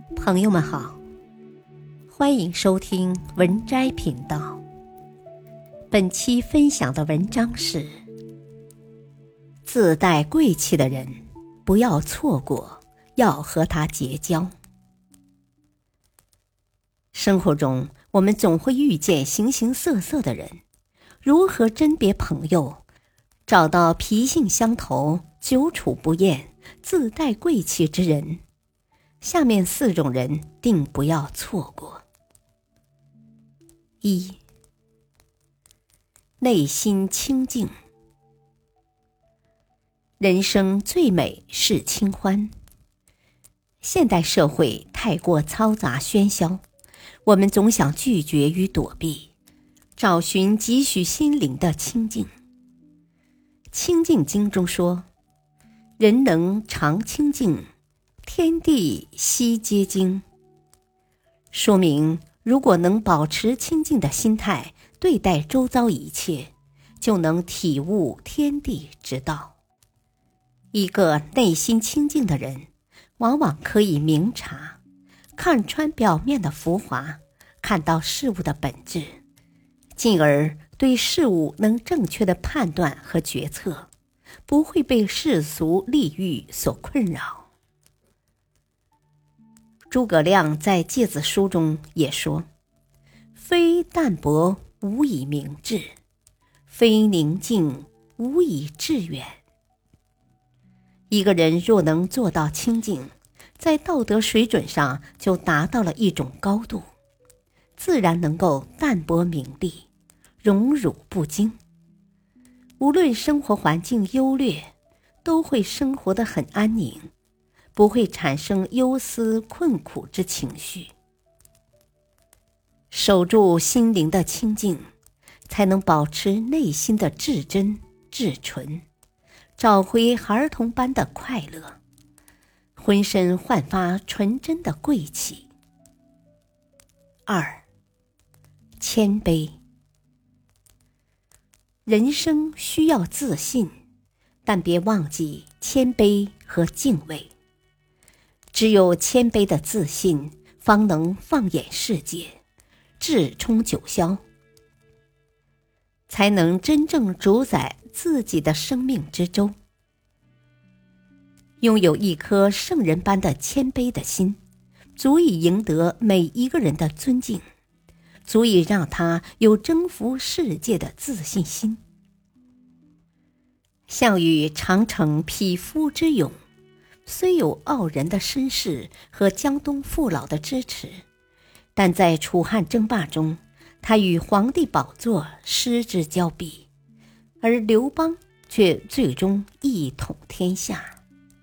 朋友们好，欢迎收听文摘频道。本期分享的文章是：自带贵气的人，不要错过，要和他结交。生活中，我们总会遇见形形色色的人，如何甄别朋友，找到脾性相投、久处不厌、自带贵气之人？下面4种人定不要错过。1. 内心清静。人生最美是清欢。现代社会太过嘈杂喧嚣，我们总想拒绝与躲避，找寻几许心灵的清静。清静经中说，人能常清静，天地悉皆净。说明如果能保持清静的心态对待周遭一切，就能体悟天地之道。一个内心清静的人，往往可以明察，看穿表面的浮华，看到事物的本质，进而对事物能正确的判断和决策，不会被世俗利欲所困扰。诸葛亮在《诫子书》中也说，非淡泊无以明志，非宁静无以致远。一个人若能做到清静，在道德水准上就达到了一种高度，自然能够淡泊名利，荣辱不惊。无论生活环境优劣，都会生活得很安宁，不会产生忧思困苦之情绪。守住心灵的清静，才能保持内心的至真至纯，找回孩童般的快乐，浑身焕发纯真的贵气。2. 谦卑。人生需要自信，但别忘记谦卑和敬畏。只有谦卑的自信，方能放眼世界，志冲九霄，才能真正主宰自己的生命之舟。拥有一颗圣人般的谦卑的心，足以赢得每一个人的尊敬，足以让他有征服世界的自信心。项羽长城匹夫之勇，虽有傲人的身世和江东父老的支持，但在楚汉争霸中，他与皇帝宝座失之交臂，而刘邦却最终一统天下。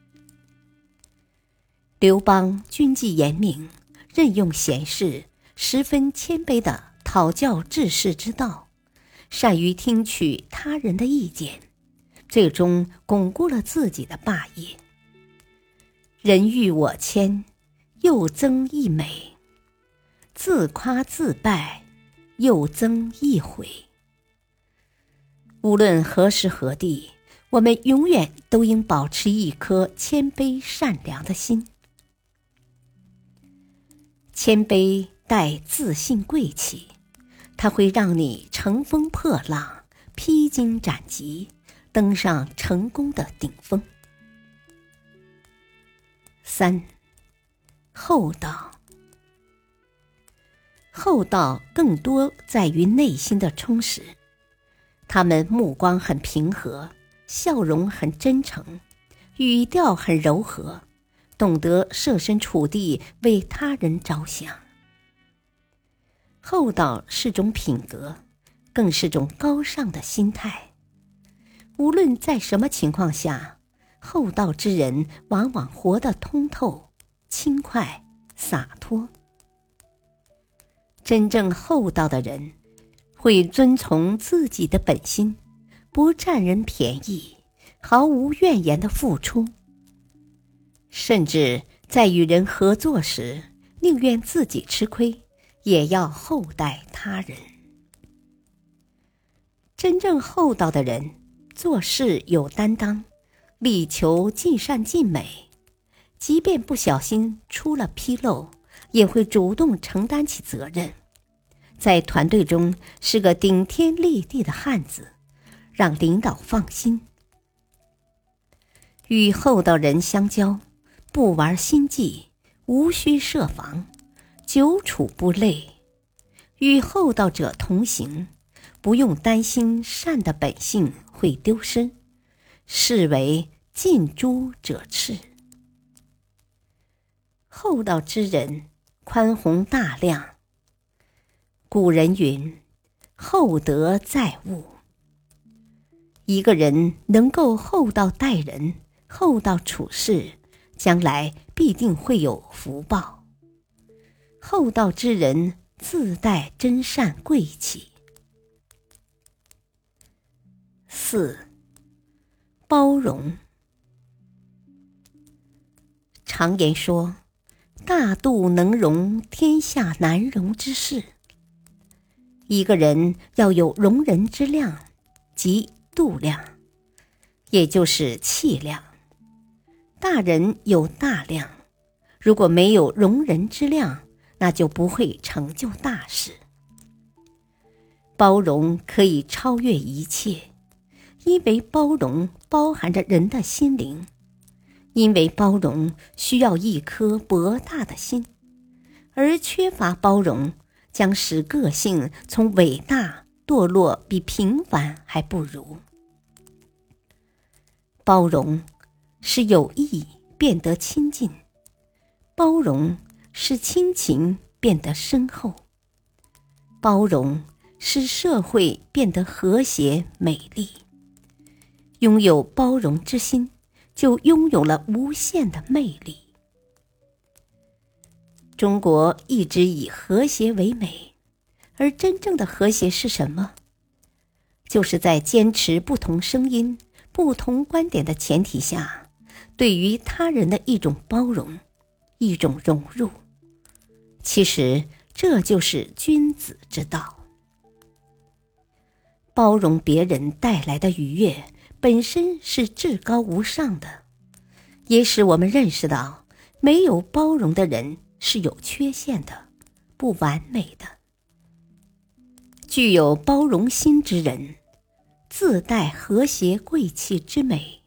刘邦军纪严明，任用贤士，十分谦卑地讨教治世之道，善于听取他人的意见，最终巩固了自己的霸业。人欲我谦，又增一美；自夸自败，又增一悔。无论何时何地，我们永远都应保持一颗谦卑善良的心。谦卑带自信贵气，它会让你乘风破浪，披荆斩棘，登上成功的顶峰。3. 厚道。厚道更多在于内心的充实，他们目光很平和，笑容很真诚，语调很柔和，懂得设身处地为他人着想。厚道是种品格，更是种高尚的心态。无论在什么情况下，厚道之人往往活得通透、轻快、洒脱。真正厚道的人，会遵从自己的本心，不占人便宜，毫无怨言的付出，甚至在与人合作时，宁愿自己吃亏，也要厚待他人。真正厚道的人，做事有担当，力求尽善尽美，即便不小心出了纰漏， 也会主动承担起责任，在团队中是个顶天立地的汉子，让领导放心。与厚道人相交，不玩心计，无需设防，久处不累。与厚道者同行，不用担心善的本性会丢失，是为近朱者赤。厚道之人，宽宏大量。古人云：厚德载物。一个人能够厚道待人，厚道处事，将来必定会有福报。厚道之人自带真善贵气。4. 包容。常言说，大度能容天下难容之事。一个人要有容人之量，即度量，也就是气量。大人有大量，如果没有容人之量，那就不会成就大事。包容可以超越一切，因为包容包含着人的心灵，因为包容需要一颗博大的心，而缺乏包容将使个性从伟大堕落比平凡还不如。包容使友谊变得亲近，包容使亲情变得深厚，包容使社会变得和谐美丽。拥有包容之心，就拥有了无限的魅力。中国一直以和谐为美，而真正的和谐是什么？就是在坚持不同声音、不同观点的前提下，对于他人的一种包容，一种融入。其实这就是君子之道。包容别人带来的愉悦本身是至高无上的，也使我们认识到没有包容的人是有缺陷的，不完美的。具有包容心之人，自带和谐贵气之美。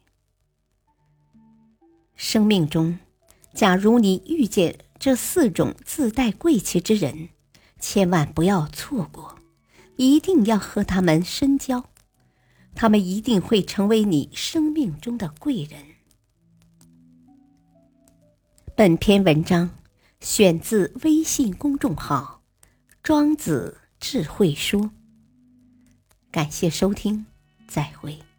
生命中，假如你遇见这4种自带贵气之人，千万不要错过，一定要和他们深交，他们一定会成为你生命中的贵人。本篇文章选自微信公众号庄子智慧说。感谢收听，再会。